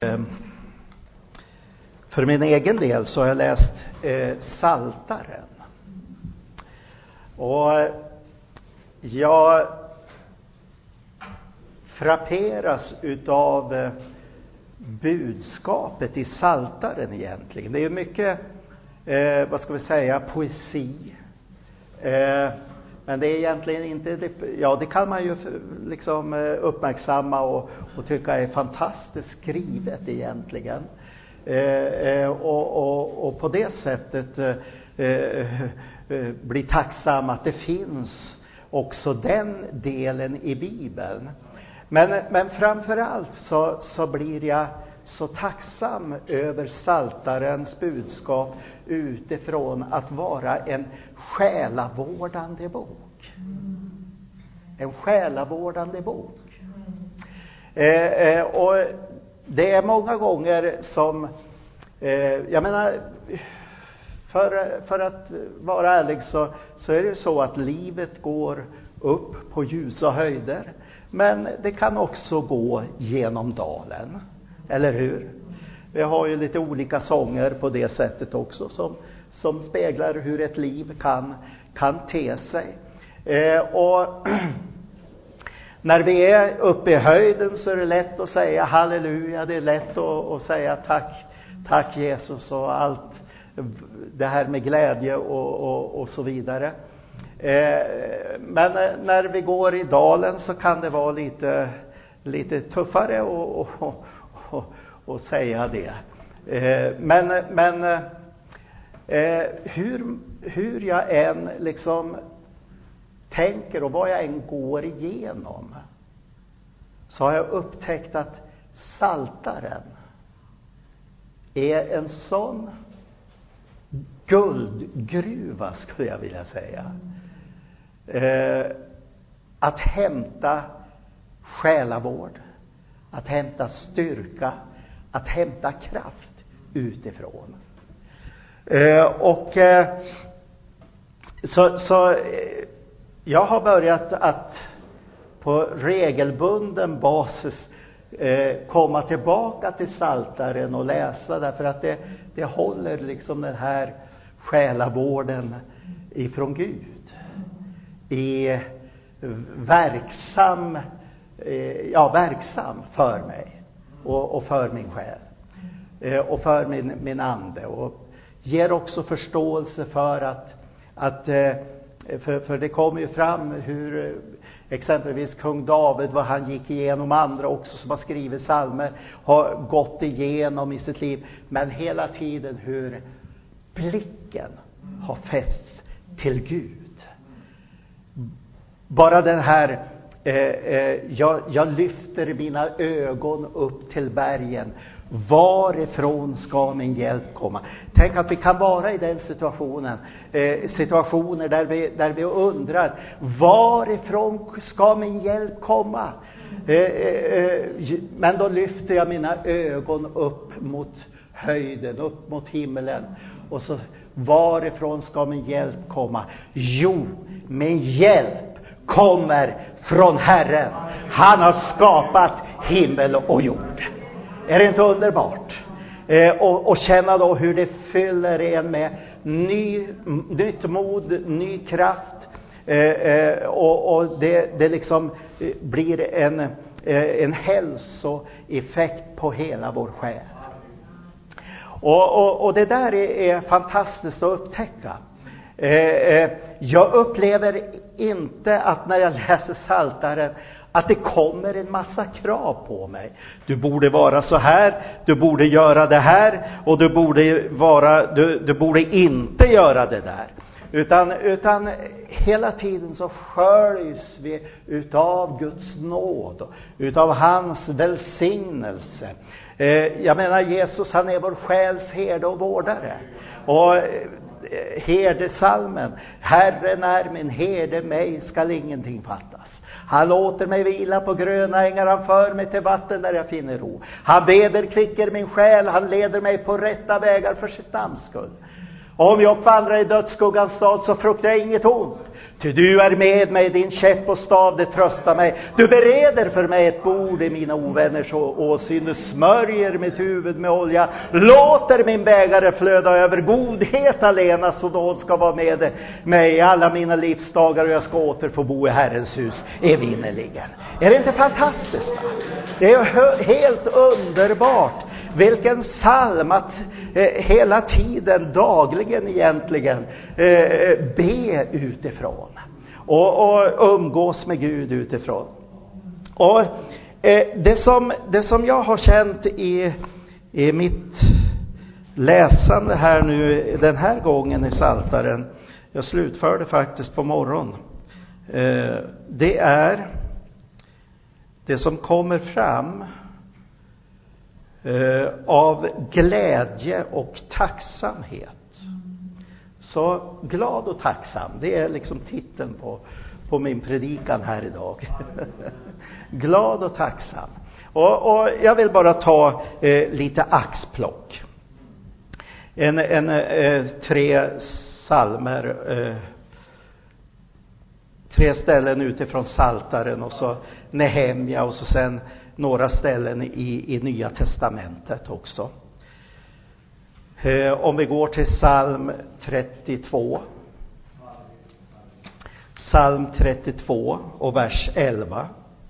För min egen del så har jag läst Psaltaren. Och jag frapperas utav budskapet i Psaltaren egentligen. Det är ju mycket, vad ska vi säga, poesi. Men det är egentligen inte, det kan man ju liksom uppmärksamma och tycka är fantastiskt skrivet egentligen. Och på det sättet bli tacksam att det finns också den delen i Bibeln. Men framförallt så blir jag så tacksam över Psaltarens budskap utifrån att vara en själavårdande bok. En själavårdande bok. Och det är många gånger som jag menar, för att vara ärlig så är det så att livet går upp på ljusa höjder, men det kan också gå genom dalen, eller hur? Vi har ju lite olika sånger på det sättet också som speglar hur ett liv kan te sig. Och när vi är uppe i höjden så är det lätt att säga halleluja, det är lätt att säga tack Jesus och allt det här med glädje och så vidare. Men när vi går i dalen så kan det vara lite tuffare att säga det. Men hur jag än liksom tänker och vad jag än går igenom, så har jag upptäckt att Psaltaren är en sån guldgruva, skulle jag vilja säga. Att hämta själavård, att hämta styrka, att hämta kraft utifrån. Så jag har börjat att på regelbunden basis komma tillbaka till Psaltaren och läsa, därför att det håller liksom den här själavården ifrån Gud i verksam för mig och för min själ och för min ande, och ger också förståelse för att för det kommer ju fram hur exempelvis kung David, vad han gick igenom, andra också som har skrivit psalmer har gått igenom i sitt liv, men hela tiden hur blicken har fästs till Gud. Bara den här jag lyfter mina ögon upp till bergen, varifrån ska min hjälp komma? Tänk att vi kan vara i den situationer där vi undrar, varifrån ska min hjälp komma? Men då lyfter jag mina ögon upp mot höjden, upp mot himmelen, och så, varifrån ska min hjälp komma? Jo, min hjälp kommer från Herren. Han har skapat himmel och jord. Är det inte underbart? Och känna då hur det fyller en med nytt mod, ny kraft. Och det liksom blir en hälsoeffekt på hela vår själ. Och det där är fantastiskt att upptäcka. Jag upplever inte att när jag läser Psaltaren att det kommer en massa krav på mig. Du borde vara så här, du borde göra det här, och du borde inte göra det där. Utan hela tiden så sköljs vi utav Guds nåd, utav hans välsignelse. Jag menar, Jesus, han är vår själs herde och vårdare. Och herdesalmen, Herren är min herde, mig skall ingenting fattas. Han låter mig vila på gröna ängar, han för mig till vatten där jag finner ro. Han vederkvicker min själ, han leder mig på rätta vägar för sitt namns skull. Om jag vandrar i dödsskuggans stad så fruktar jag inget ont. Ty du är med mig, din käpp och stav, det tröstar mig. Du bereder för mig ett bord i mina ovänners åsyn. Du smörjer mitt huvud med olja. Låter min bägare flöda över. Godhet alena så då ska vara med mig i alla mina livsdagar. Och jag ska åter få bo i Herrens hus evinnerligen. Är det inte fantastiskt? Det är helt underbart. Vilken psalm att hela tiden, dagligen egentligen, be utifrån. Och umgås med Gud utifrån. Och det som jag har känt i mitt läsande här nu den här gången i Psaltaren, jag slutförde faktiskt på morgon, det är det som kommer fram av glädje och tacksamhet. Så glad och tacksam, det är liksom titeln på min predikan här idag. Glad och tacksam. Och jag vill bara ta lite axplock. Tre psalmer, tre ställen utifrån Psaltaren och så Nehemja och så sen några ställen i Nya testamentet också. Om vi går till psalm 32. Psalm 32 och vers 11.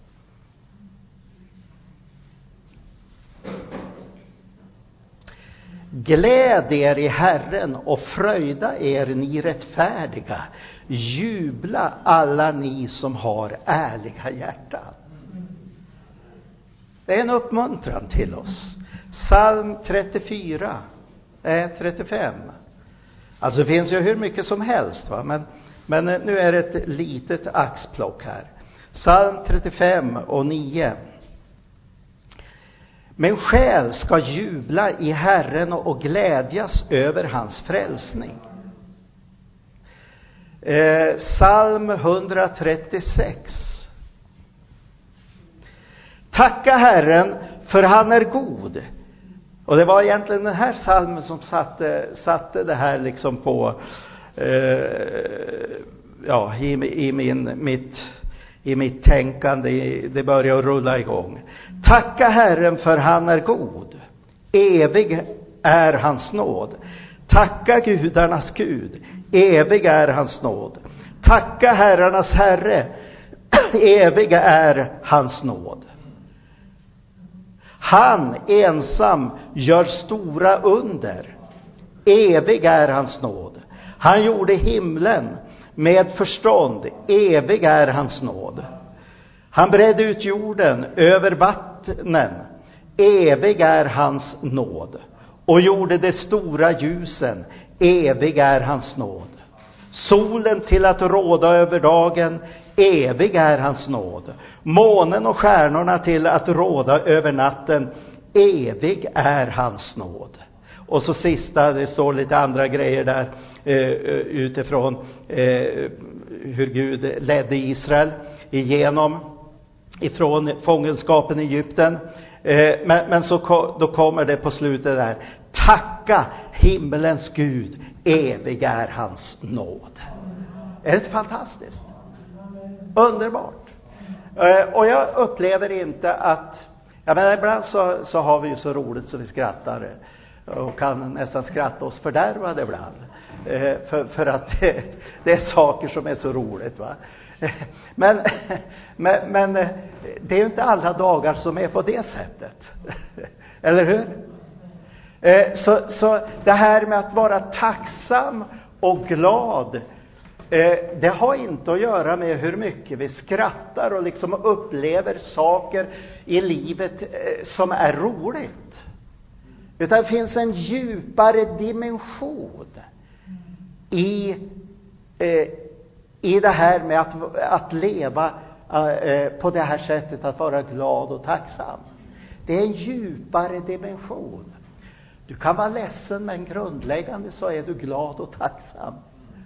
Gläd er i Herren och fröjda er, ni rättfärdiga. Jubla alla ni som har ärliga hjärtan. Det är en uppmuntran till oss. Psalm 34. 35. Alltså det finns ju hur mycket som helst, va? Men nu är det ett litet axplock här. Psalm 35 och 9. Men själ ska jubla i Herren och glädjas över hans frälsning. Psalm 136. Tacka Herren för han är god. Och det var egentligen den här psalmen som satte det här liksom på i mitt tänkande. Det började rulla igång. Tacka Herren för han är god. Evig är hans nåd. Tacka gudarnas Gud. Evig är hans nåd. Tacka herrarnas Herre. Evig är hans nåd. Han ensam gör stora under. Evig är hans nåd. Han gjorde himlen med förstånd. Evig är hans nåd. Han bredde ut jorden över vattnen. Evig är hans nåd. Och gjorde de stora ljusen. Evig är hans nåd. Solen till att råda över dagen. Evig är hans nåd. Månen och stjärnorna till att råda över natten. Evig är hans nåd. Och så sista, det står lite andra grejer där utifrån hur Gud ledde Israel ifrån fångenskapen i Egypten. Men så då kommer det på slutet där. Tacka himmelens Gud, evig är hans nåd. Är det fantastiskt? Underbart. Och jag upplever inte att, jag menar ibland så har vi ju så roligt så vi skrattar och kan nästan skratta oss fördärvade ibland. För att det är saker som är så roligt, va? Men det är ju inte alla dagar som är på det sättet. Eller hur? Så det här med att vara tacksam och glad, det har inte att göra med hur mycket vi skrattar och liksom upplever saker i livet som är roligt. Utan det finns en djupare dimension i det här med att leva på det här sättet, att vara glad och tacksam. Det är en djupare dimension. Du kan vara ledsen, men grundläggande så är du glad och tacksam.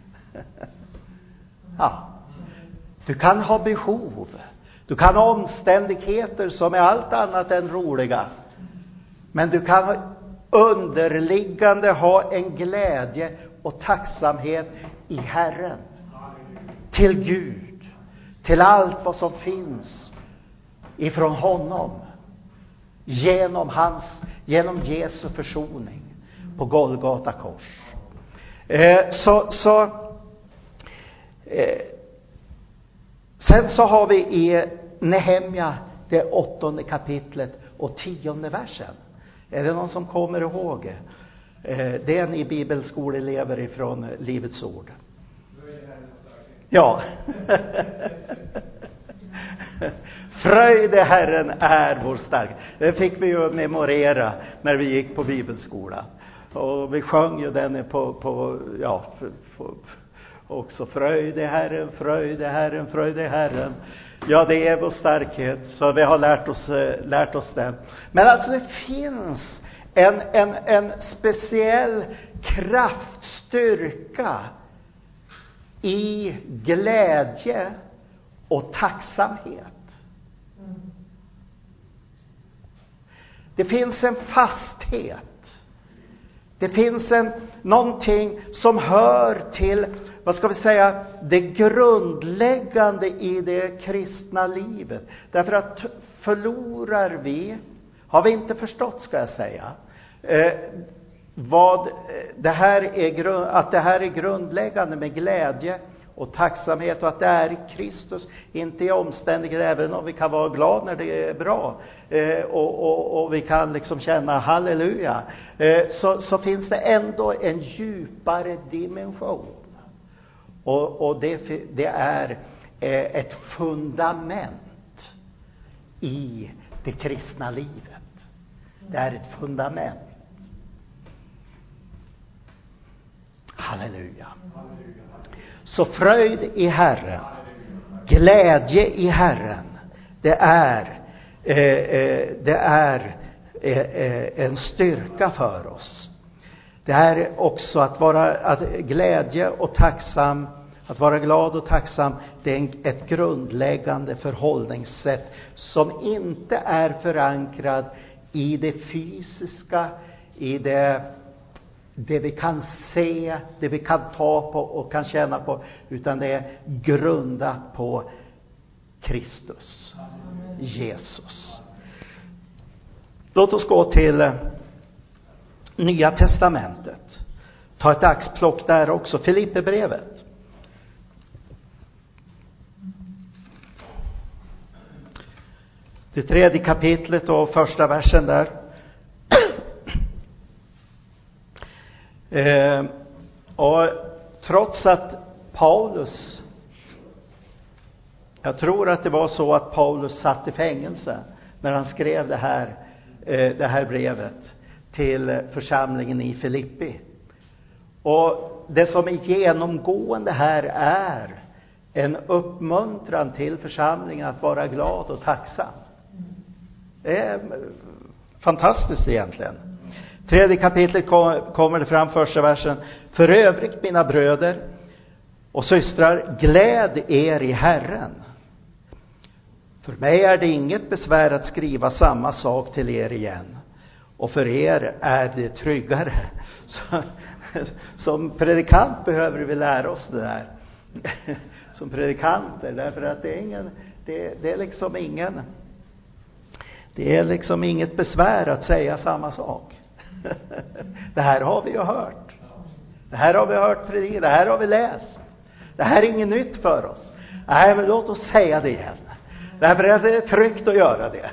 Ja. Du kan ha behov. Du kan ha omständigheter som är allt annat än roliga. Men du kan underliggande ha en glädje och tacksamhet i Herren. Till Gud. Till allt vad som finns ifrån honom. Genom Jesu försoning på Golgata kors. Sen så har vi i Nehemja det 8:e kapitlet och 10:e versen. Är det någon som kommer ihåg? Det är ni bibelskoleelever ifrån Livets ord. Ja. Fröjd i Herren är vår stark. Det fick vi ju memorera när vi gick på bibelskola. Och vi sjöng ju den också. Fröjd i Herren, fröjd i Herren, fröjd i Herren. Ja, det är vår starkhet. Så vi har lärt oss den. Men alltså det finns en speciell kraft, styrka i glädje och tacksamhet. Det finns en fasthet. Det finns någonting som hör till, vad ska vi säga, det grundläggande i det kristna livet. Därför att förlorar vi, har vi inte förstått, ska jag säga, vad det här är, att det här är grundläggande med glädje och tacksamhet, och att det är i Kristus, inte i omständighet, även om vi kan vara glada när det är bra och vi kan liksom känna halleluja, så finns det ändå en djupare dimension, och det är ett fundament i det kristna livet. Det är ett fundament. Halleluja. Så fröjd i Herren, glädje i Herren, det är en styrka för oss. Det är också att glädje och tacksam, att vara glad och tacksam, det är ett grundläggande förhållningssätt som inte är förankrad i det fysiska, i det vi kan se, det vi kan ta på och kan känna på, utan det är grundat på Kristus, Jesus. Låt oss gå till Nya testamentet. Ta ett axplock där också. Filipperbrevet. Det 3:e kapitlet och 1:a versen där. Och trots att Paulus, jag tror att det var så att Paulus satt i fängelse när han skrev det här brevet till församlingen i Filippi. Och det som är genomgående här är en uppmuntran till församlingen att vara glad och tacksam. Det är fantastiskt egentligen. 3:e kapitlet kommer det fram, 1:a versen. För övrigt, mina bröder och systrar, gläd er i Herren. För mig är det inget besvär att skriva samma sak till er igen. Och för er är det tryggare. Så, som predikant behöver vi lära oss det där. Som predikanter, därför att det är liksom inget besvär att säga samma sak. Det här har vi ju hört. Det här har vi hört predikat. Det här har vi läst. Det här är inget nytt för oss. Nej, men låt oss säga det igen. Därför att det är tryggt att göra det.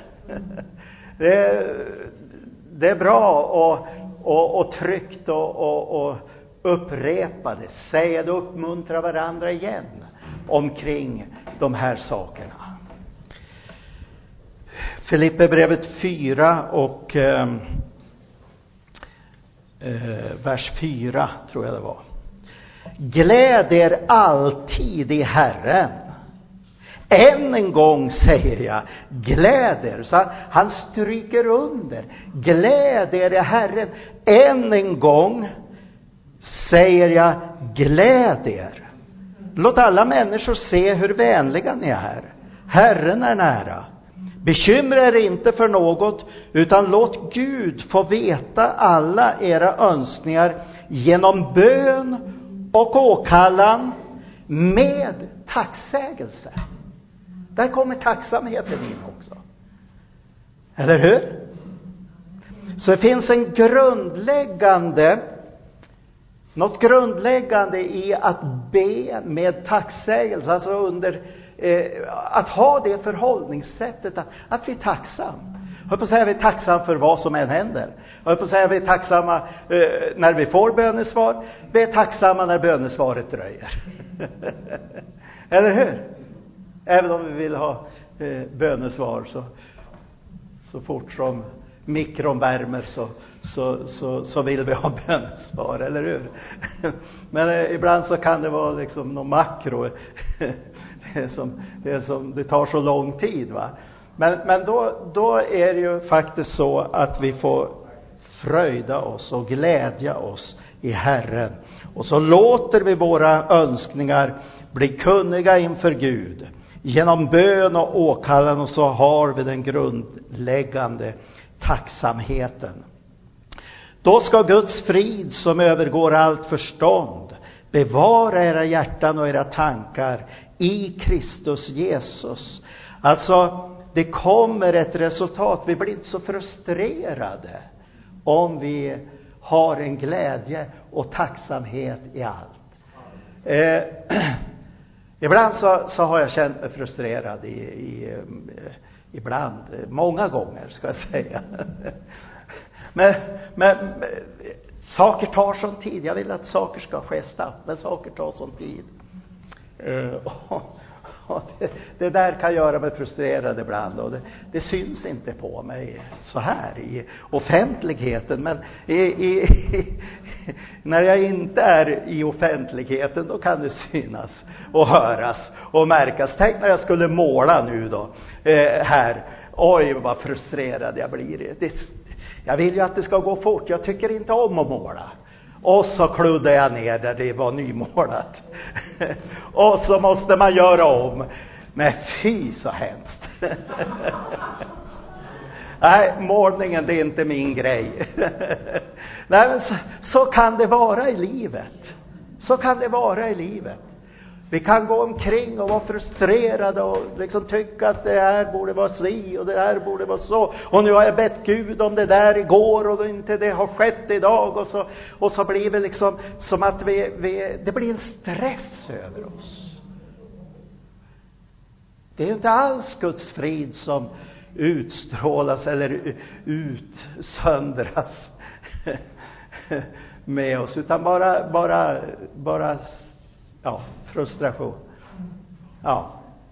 Det är bra och tryggt och upprepa det. Säga det, uppmuntra varandra igen omkring de här sakerna. Filipperbrevet 4 och vers 4 tror jag det var. Gläd er alltid i Herren. Än en gång säger jag, gläd er. Så han stryker under. Gläd er i Herren. Än en gång säger jag, gläd er. Låt alla människor se hur vänliga ni är. Herren är nära. Bekymra er inte för något, utan låt Gud få veta alla era önskningar genom bön och åkallan med tacksägelse. Där kommer tacksamheten in också. Eller hur? Så det finns något grundläggande i att be med tacksägelse, alltså att ha det förhållningssättet att vi är tacksam. Jag höll på att säga att vi är tacksam för vad som än händer. Jag höll på att säga att vi är tacksamma när vi får bönesvar. Vi är tacksamma när bönesvaret dröjer. Eller hur? Även om vi vill ha bönesvar så fort som mikron värmer så vill vi ha bönesvar, eller hur? Men ibland så kan det vara liksom någon makro. Det tar så lång tid, va? Men då är det ju faktiskt så att vi får fröjda oss och glädja oss i Herren. Och så låter vi våra önskningar bli kunniga inför Gud genom bön och åkallan, och så har vi den grundläggande tacksamheten. Då ska Guds frid, som övergår allt förstånd, bevara era hjärtan och era tankar i Kristus Jesus. Alltså, det kommer ett resultat. Vi blir inte så frustrerade om vi har en glädje och tacksamhet i allt. Ibland så har jag känt mig frustrerad ibland, många gånger ska jag säga. Men saker tar sån tid. Jag vill att saker ska ske snabbt, men saker tar sån tid. Det där kan göra mig frustrerad ibland, och det syns inte på mig så här i offentligheten, men när jag inte är i offentligheten, då kan det synas och höras och märkas. Tänk när jag skulle måla nu då här. Oj, vad frustrerad jag blir. Jag vill ju att det ska gå fort. Jag tycker inte om att måla. Och så kluddar jag ner där det var nymålat. Och så måste man göra om. Men fy så hemskt. Nej, målningen, det är inte min grej. Nej, men så kan det vara i livet. Så kan det vara i livet. Vi kan gå omkring och vara frustrerade och liksom tycka att det här borde vara si och det här borde vara så. Och nu har jag bett Gud om det där igår och inte det har skett idag. Och så blir det liksom som att det blir en stress över oss. Det är inte alls Guds frid som utstrålas eller utsöndras med oss, utan bara frustration. Ja.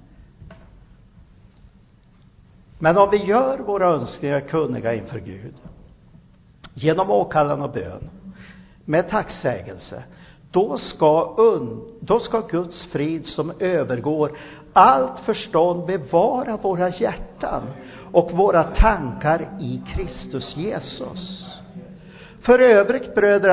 Men om vi gör våra önskningar kunniga inför Gud genom åkallan och bön med tacksägelse, då ska Guds frid, som övergår allt förstånd, bevara våra hjärtan och våra tankar i Kristus Jesus. För övrigt, bröder,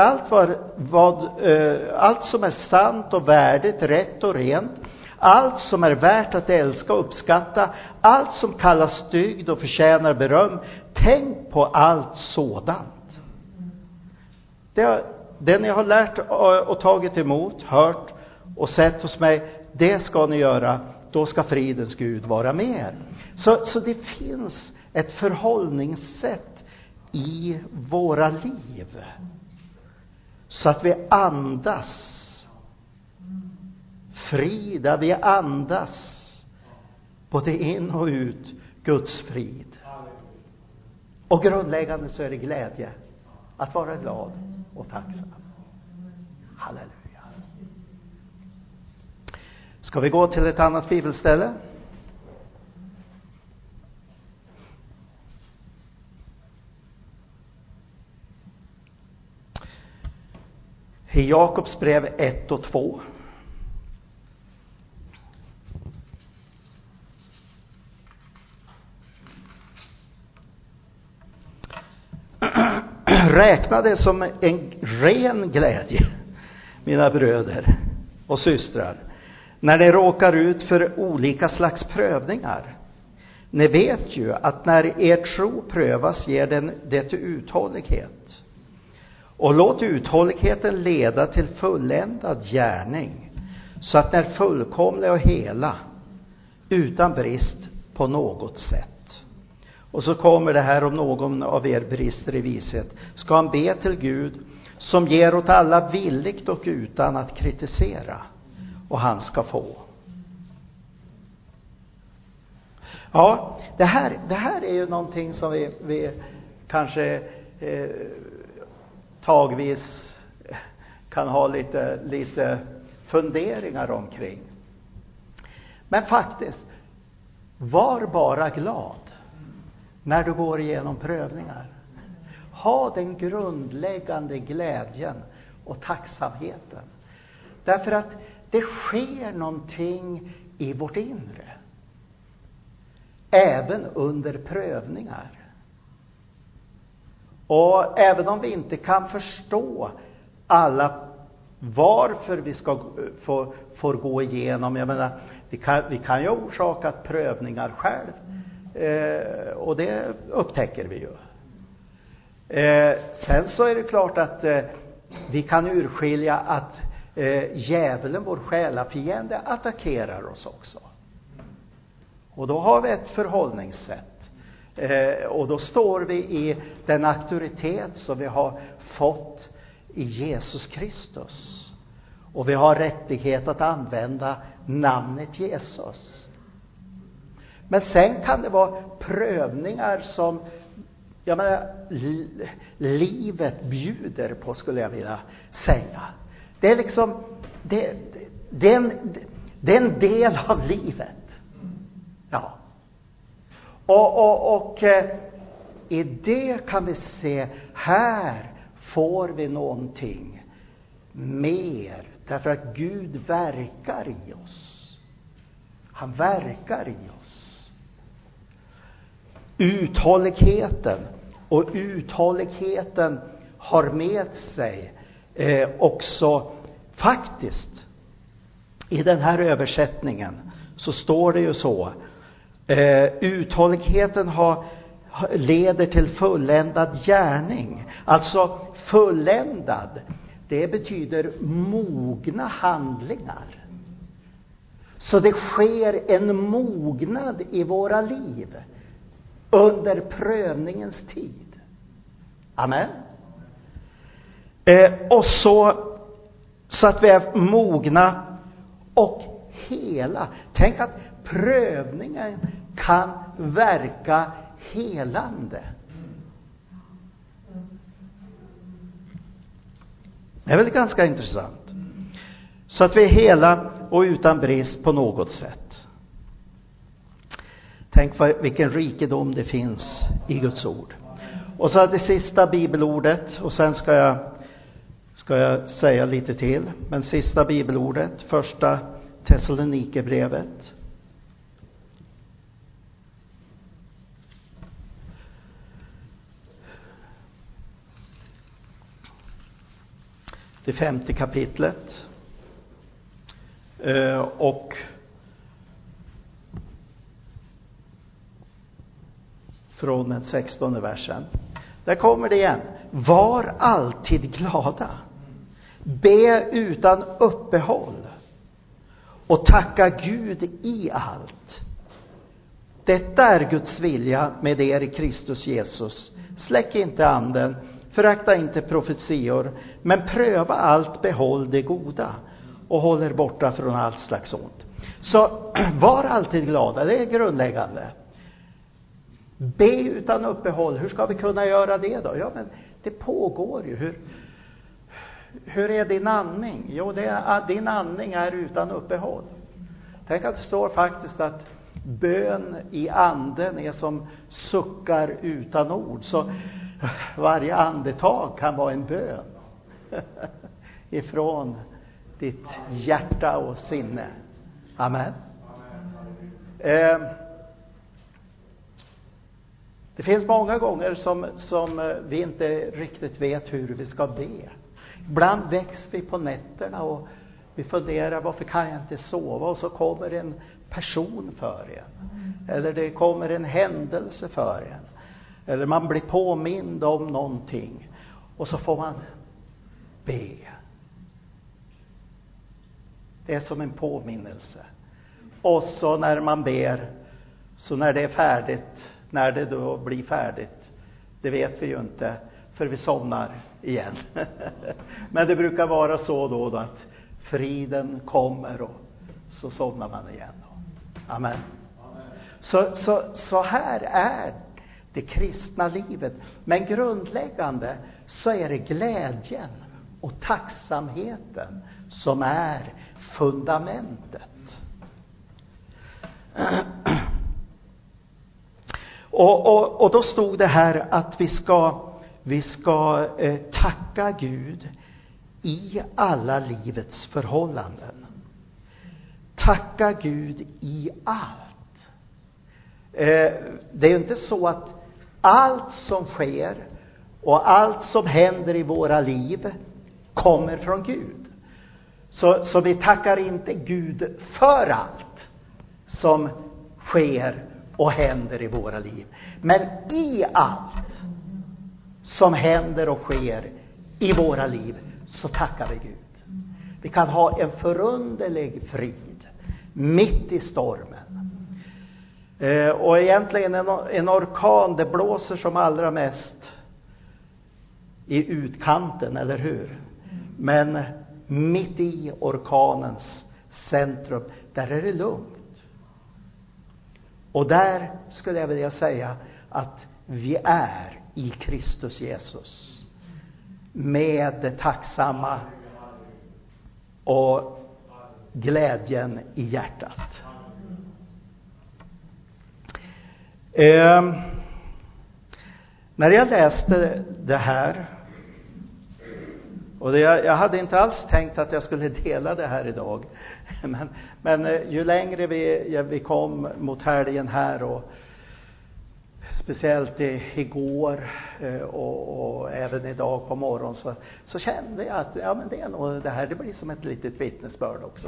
allt som är sant och värdigt, rätt och rent, allt som är värt att älska och uppskatta, allt som kallas dygd och förtjänar beröm, tänk på allt sådant. Det ni har lärt och tagit emot, hört och sett hos mig, det ska ni göra. Då ska fridens Gud vara med er. Så det finns ett förhållningssätt i våra liv, så att vi andas frida, vi andas både in och ut Guds frid. Och grundläggande så är det glädje, att vara glad och tacksam. Halleluja. Ska vi gå till ett annat bibelställe? I Jakobs brev 1 och 2. Räkna det som en ren glädje, mina bröder och systrar, när ni råkar ut för olika slags prövningar. Ni vet ju att när er tro prövas ger det uthållighet. Och låt uthålligheten leda till fulländad gärning, så att ni är fullkomliga och hela, utan brist på något sätt. Och så kommer det här: om någon av er brister i vishet, ska han be till Gud, som ger åt alla villigt och utan att kritisera, och han ska få. Ja, det här är ju någonting som vi kanske tagvis kan ha lite funderingar omkring. Men faktiskt, var bara glad när du går igenom prövningar. Ha den grundläggande glädjen och tacksamheten. Därför att det sker någonting i vårt inre. Även under prövningar. Och även om vi inte kan förstå alla varför vi ska få gå igenom. Jag menar, vi kan ju ha orsakat prövningar själv. Och det upptäcker vi ju. Sen så är det klart att vi kan urskilja att djävulen, vår själafiende, attackerar oss också. Och då har vi ett förhållningssätt. Och då står vi i den auktoritet som vi har fått i Jesus Kristus. Och vi har rättighet att använda namnet Jesus. Men sen kan det vara prövningar som, jag menar, livet bjuder på, skulle jag vilja säga. Det är liksom det är en del av livet. Ja. Och i det kan vi se, här får vi någonting mer, därför att Gud verkar i oss. Han verkar i oss. Uthålligheten har med sig också, faktiskt, i den här översättningen så står det ju så: uthålligheten leder till fulländad gärning. Alltså fulländad, det betyder mogna handlingar. Så det sker en mognad i våra liv under prövningens tid. Amen. Och så att vi är mogna och hela. Tänk att prövningen kan verka helande. Det är väl ganska intressant. Så att vi är hela och utan brist på något sätt. Tänk vilken rikedom det finns i Guds ord. Och så det sista bibelordet, och sen ska jag säga lite till. Men sista bibelordet, första Thessalonikerbrevet. Det 5:e kapitlet. Och från den 16:e versen. Där kommer det igen. Var alltid glada. Be utan uppehåll. Och tacka Gud i allt. Detta är Guds vilja med er i Kristus Jesus. Släck inte anden. Förakta inte profetior. Men pröva allt, behåll det goda. Och håll er borta från allt slags ont. Så var alltid glada. Det är grundläggande. Be utan uppehåll. Hur ska vi kunna göra det då? Ja, men det pågår ju. Hur är din andning? Jo, din andning är utan uppehåll. Tänk att det står faktiskt att bön i anden är som suckar utan ord. Så varje andetag kan vara en bön ifrån ditt hjärta och sinne. Amen. Det finns många gånger som vi inte riktigt vet hur vi ska be. Ibland väcks vi på nätterna och vi funderar, varför kan jag inte sova? Och så kommer en person för en. eller det kommer en händelse för en, eller man blir påmind om någonting, och så får man be. Det är som en påminnelse. Och så när man ber, så när det är färdigt, när det då blir färdigt, det vet vi ju inte, för vi somnar igen. Men det brukar vara så då att friden kommer, och så somnar man igen. Amen. Så här är det kristna livet. Men grundläggande så är det glädjen och tacksamheten som är fundamentet. Och då stod det här att vi ska tacka Gud i alla livets förhållanden. Tacka Gud i allt. Det är ju inte så att allt som sker och allt som händer i våra liv kommer från Gud. Så vi tackar inte Gud för allt som sker och händer i våra liv. Men i allt som händer och sker i våra liv så tackar vi Gud. Vi kan ha en förunderlig frid mitt i stormen. Och egentligen en orkan, det blåser som allra mest i utkanten, eller hur? Men mitt i orkanens centrum, där är det lugnt. Och där skulle jag vilja säga att vi är i Kristus Jesus, med det tacksamma och glädjen i hjärtat. När jag läste det här, och jag hade inte alls tänkt att jag skulle dela det här idag, men ju längre vi kom mot helgen här, och speciellt igår och även idag på morgon, så kände jag att men det är nog det här, det blir som ett litet vittnesbörd också.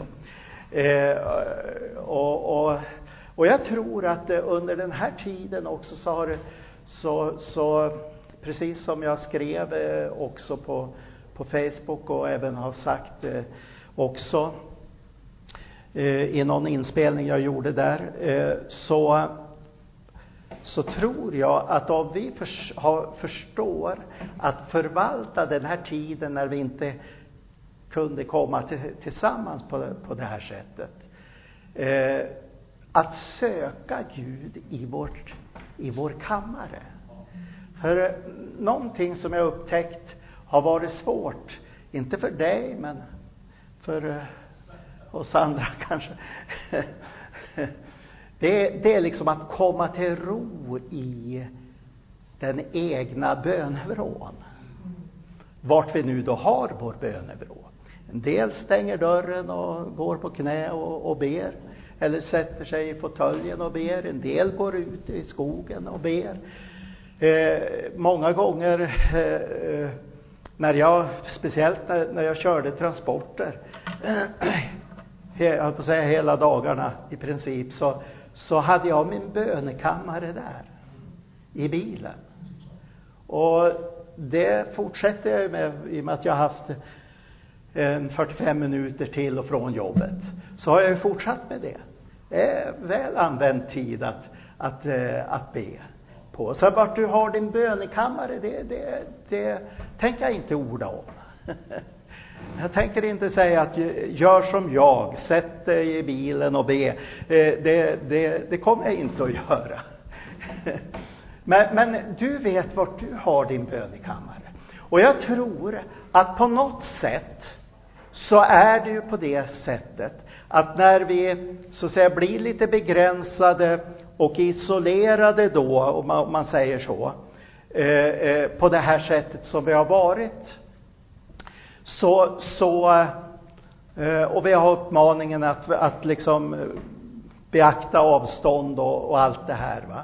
Och jag tror att under den här tiden också så har det så precis som jag skrev också på Facebook, och även har sagt också i någon inspelning jag gjorde där, så tror jag att om vi förstår att förvalta den här tiden när vi inte kunde komma tillsammans på det här sättet, att söka Gud i vår kammare. För någonting som jag upptäckt har varit svårt, inte för dig men för oss andra kanske, det är liksom att komma till ro i den egna bönevrån. Vart vi nu då har vår bönevrå. En del stänger dörren och går på knä och ber, eller sätter sig i fåtöljen och ber. En del går ut i skogen och ber. Många gånger speciellt när jag körde transporter, jag höll på att säga hela dagarna i princip, så hade jag min bönekammare där i bilen. Och det fortsätter jag med, i och med att jag haft 45 minuter till och från jobbet. Så har jag ju fortsatt med det. Det är väl använd tid att be på. Så vart du har din bönekammare, det tänker jag inte orda om. Jag tänker inte säga att gör som jag, sätt dig i bilen och be. Det kommer jag inte att göra. Men du vet vart du har din bönekammare. Och jag tror att på något sätt så är det ju på det sättet att när vi så att säga blir lite begränsade och isolerade då, om man säger så, på det här sättet som vi har varit, och vi har uppmaningen att liksom beakta avstånd och allt det här, va?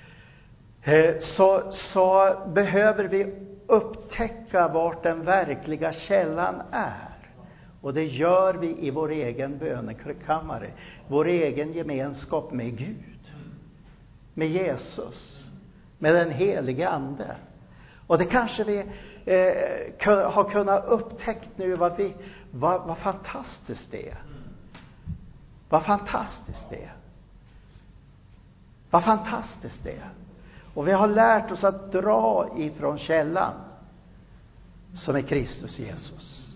Så behöver vi upptäcka vart den verkliga källan är. Och det gör vi i vår egen bönekammare, vår egen gemenskap med Gud. med Jesus, med den helige ande. Och det kanske vi har kunnat upptäckt nu vad fantastiskt det är. Vad fantastiskt det är. Vad fantastiskt det är. Och vi har lärt oss att dra ifrån källan som är Kristus Jesus.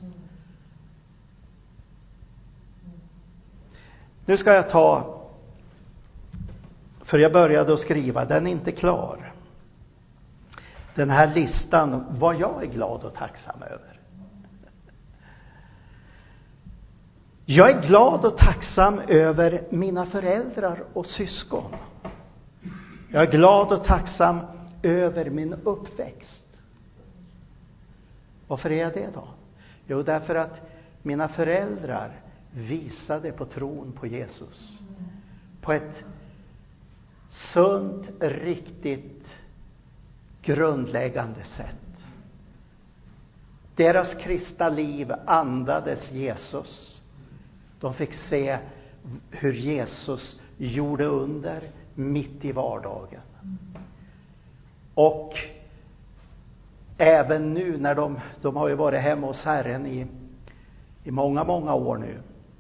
Nu ska jag ta, för jag började att skriva, den är inte klar. Den här listan, vad jag är glad och tacksam över. Jag är glad och tacksam över mina föräldrar och syskon. Jag är glad och tacksam över min uppväxt. Varför är jag det då? Jo, därför att mina föräldrar visade på tron på Jesus. På ett sunt, riktigt, grundläggande sätt. Deras kristna liv andades Jesus. De fick se hur Jesus gjorde under mitt i vardagen. Och även nu när de har ju varit hemma hos Herren i många, många år nu.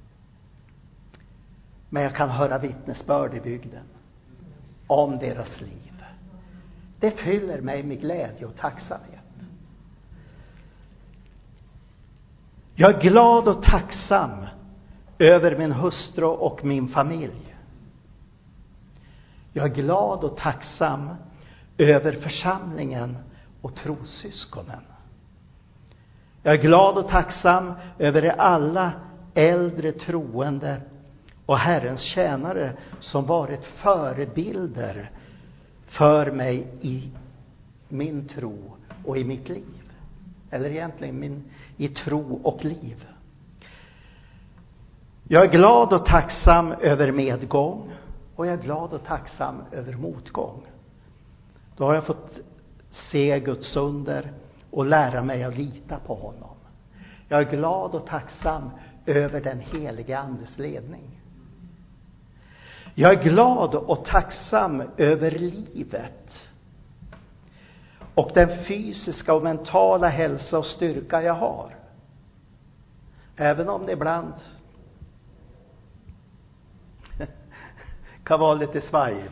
Men jag kan höra vittnesbörd i bygden om deras liv. Det fyller mig med glädje och tacksamhet. Jag är glad och tacksam över min hustru och min familj. Jag är glad och tacksam över församlingen och trossyskonen. Jag är glad och tacksam över alla äldre troende och Herrens tjänare som varit förebilder för mig i min tro och i mitt liv. Eller egentligen i tro och liv. Jag är glad och tacksam över medgång. Och jag är glad och tacksam över motgång. Då har jag fått se Guds under och lära mig att lita på honom. Jag är glad och tacksam över den helige andes ledning. Jag är glad och tacksam över livet. Och den fysiska och mentala hälsa och styrka jag har. Även om det ibland kan vara lite svajigt.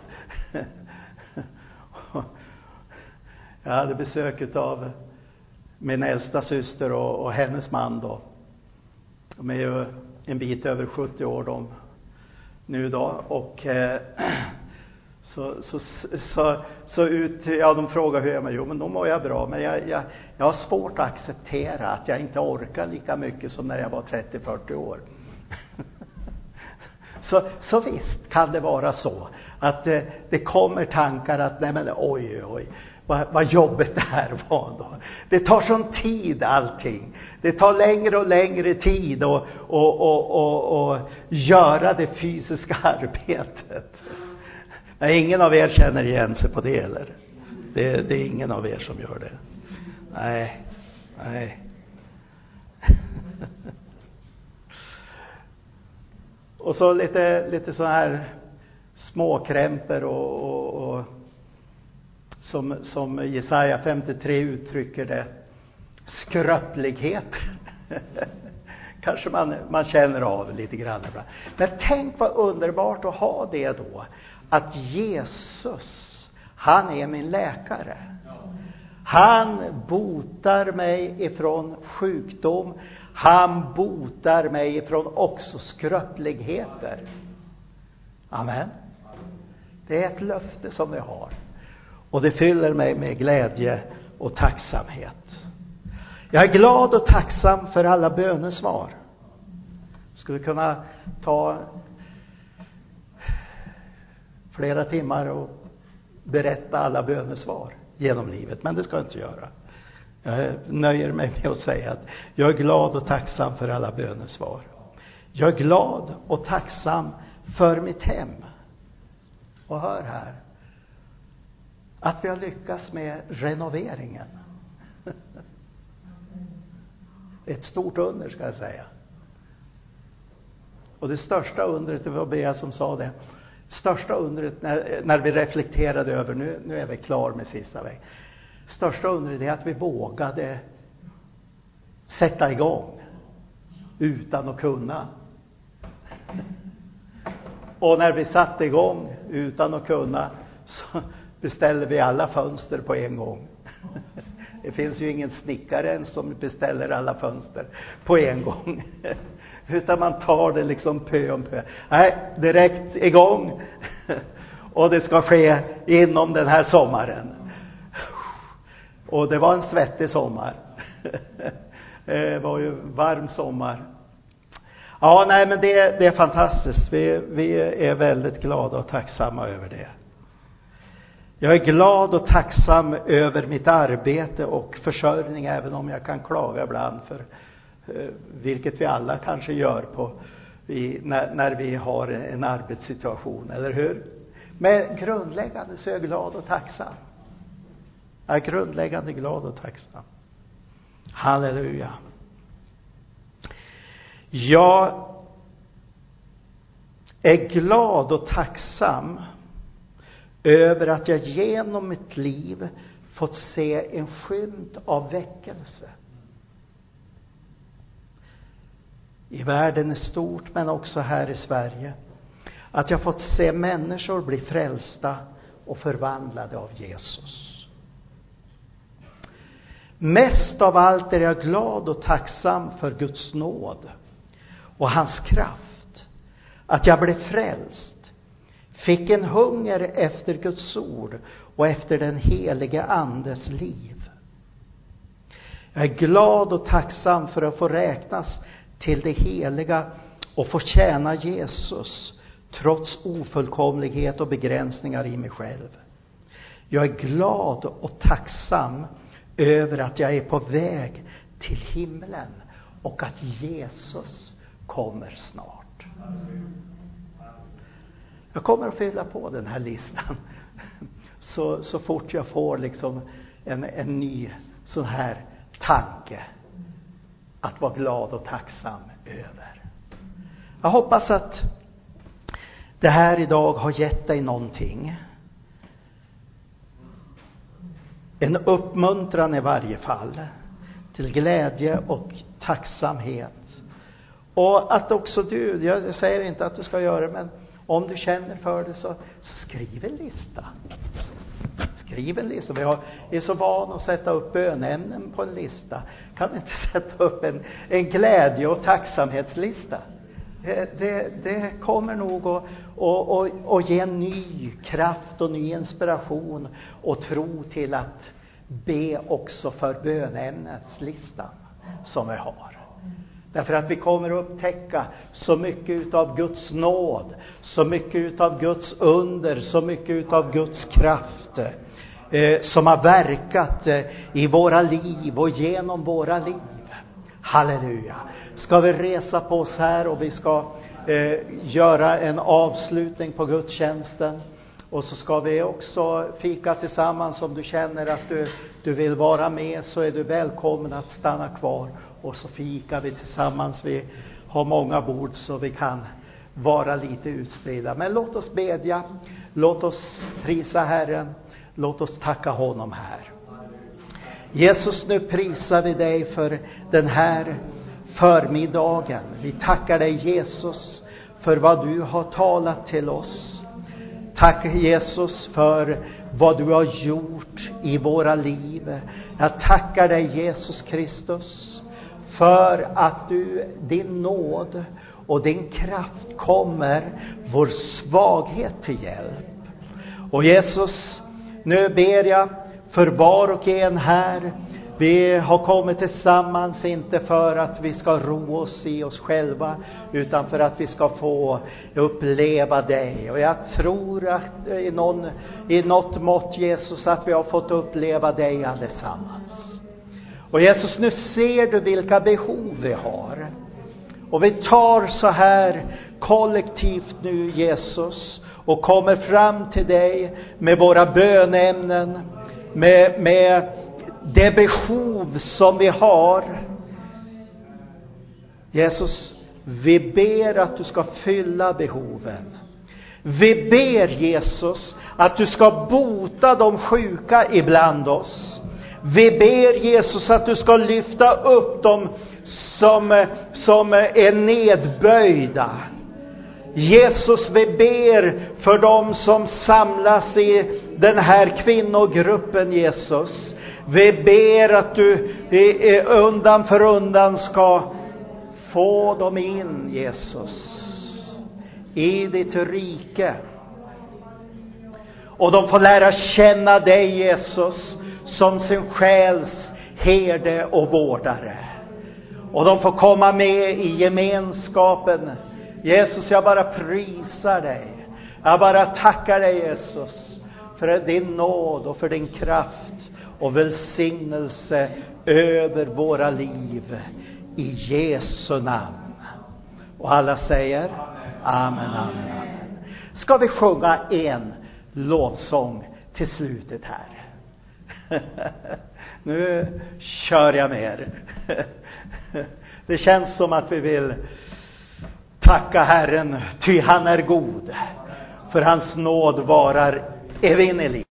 Jag hade besök av min äldsta syster och hennes man då. De är ju en bit över 70 år de nu då. Och de frågar hur jag mår. Jo, men då mår jag bra. Men jag har svårt att acceptera att jag inte orkar lika mycket som när jag var 30-40 år. Så visst kan det vara så att det kommer tankar att nej men oj vad jobbigt det här var då. Det tar sån tid allting. Det tar längre och längre tid och göra det fysiska arbetet. Nej, ingen av er känner igen sig på det eller? Det är ingen av er som gör det. Nej. Och så lite så här småkrämper och som Jesaja 53 uttrycker det, skröplighet. Kanske man känner av lite grann ibland. Men tänk vad underbart att ha det då, att Jesus, han är min läkare. Han botar mig ifrån sjukdom. Han botar mig ifrån också skröpligheter. Amen. Det är ett löfte som vi har. Och det fyller mig med glädje och tacksamhet. Jag är glad och tacksam för alla bönesvar. Skulle kunna ta flera timmar och berätta alla bönesvar genom livet. Men det ska jag inte göra. Jag nöjer mig med att säga att jag är glad och tacksam för alla bönesvar. Jag är glad och tacksam för mitt hem. Och hör här. Att vi har lyckats med renoveringen. Ett stort under ska jag säga. Och det största undret, det var Bea som sa det. Största undret när vi reflekterade över, nu är vi klar med sista väg. Största undret är att vi vågade sätta igång utan att kunna. Och när vi satte igång utan att kunna, så beställde vi alla fönster på en gång. Det finns ju ingen snickare som beställer alla fönster på en gång. Utan man tar det liksom pö om pö. Nej, direkt igång. Och det ska ske inom den här sommaren. Och det var en svettig sommar. Det var ju varm sommar. Ja, nej, men det är fantastiskt. Vi är väldigt glada och tacksamma över det. Jag är glad och tacksam över mitt arbete och försörjning, även om jag kan klaga ibland för vilket vi alla kanske gör när vi har en arbetssituation, eller hur? Men grundläggande så är jag glad och tacksam. Jag är grundläggande glad och tacksam. Halleluja. Jag är glad och tacksam över att jag genom mitt liv fått se en skymt av väckelse. I världen är stort, men också här i Sverige. Att jag fått se människor bli frälsta och förvandlade av Jesus. Mest av allt är jag glad och tacksam för Guds nåd och hans kraft. Att jag blev frälst. Fick en hunger efter Guds ord och efter den helige andes liv. Jag är glad och tacksam för att få räknas till det heliga och få tjäna Jesus trots ofullkomlighet och begränsningar i mig själv. Jag är glad och tacksam över att jag är på väg till himlen och att Jesus kommer snart. Jag kommer att fylla på den här listan så fort jag får liksom en ny sån här tanke att vara glad och tacksam över. Jag hoppas att det här idag har gett dig någonting. En uppmuntran i varje fall till glädje och tacksamhet. Och att också du, jag säger inte att du ska göra det, men om du känner för det så skriv en lista. Skriv en lista. Vi är så vana att sätta upp bönämnen på en lista. Kan vi inte sätta upp en glädje- och tacksamhetslista? Det kommer nog att ge en ny kraft och ny inspiration och tro till att be också för bönämneslistan som vi har. Därför att vi kommer att upptäcka så mycket utav Guds nåd, så mycket utav Guds under, så mycket utav Guds kraft som har verkat i våra liv och genom våra liv. Halleluja. Ska vi resa på oss här och vi ska göra en avslutning på gudstjänsten. Och så ska vi också fika tillsammans. Om du känner att du vill vara med, så är du välkommen att stanna kvar. Och så fikar vi tillsammans. Vi har många bord så vi kan vara lite utspridda. Men låt oss bedja. Låt oss prisa Herren. Låt oss tacka honom här. Jesus, nu prisar vi dig för den här förmiddagen. Vi tackar dig, Jesus, för vad du har talat till oss. Tack, Jesus, för vad du har gjort i våra liv. Jag tackar dig, Jesus Kristus, för att din nåd och din kraft kommer vår svaghet till hjälp. Och Jesus, nu ber jag för var och en här. Vi har kommit tillsammans inte för att vi ska ro oss i oss själva, utan för att vi ska få uppleva dig. Och jag tror att i något mått, Jesus, att vi har fått uppleva dig allesammans. Och Jesus, nu ser du vilka behov vi har. Och vi tar så här kollektivt nu, Jesus, och kommer fram till dig med våra bönämnen, med det behov som vi har. Jesus, vi ber att du ska fylla behoven. Vi ber Jesus att du ska bota de sjuka ibland oss. Vi ber Jesus att du ska lyfta upp dem som är nedböjda. Jesus, vi ber för dem som samlas i den här kvinnogruppen, Jesus. Vi ber att du undan för undan ska få dem in, Jesus, i ditt rike. Och de får lära känna dig, Jesus, som sin själs herde och vårdare. Och de får komma med i gemenskapen. Jesus, jag bara prisar dig. Jag bara tackar dig, Jesus, för din nåd och för din kraft och välsignelse över våra liv. I Jesu namn. Och alla säger amen, amen, amen. Ska vi sjunga en lovsång till slutet här? Nu kör jag med er. Det känns som att vi vill tacka Herren, ty han är god, för hans nåd varar evinnerligt.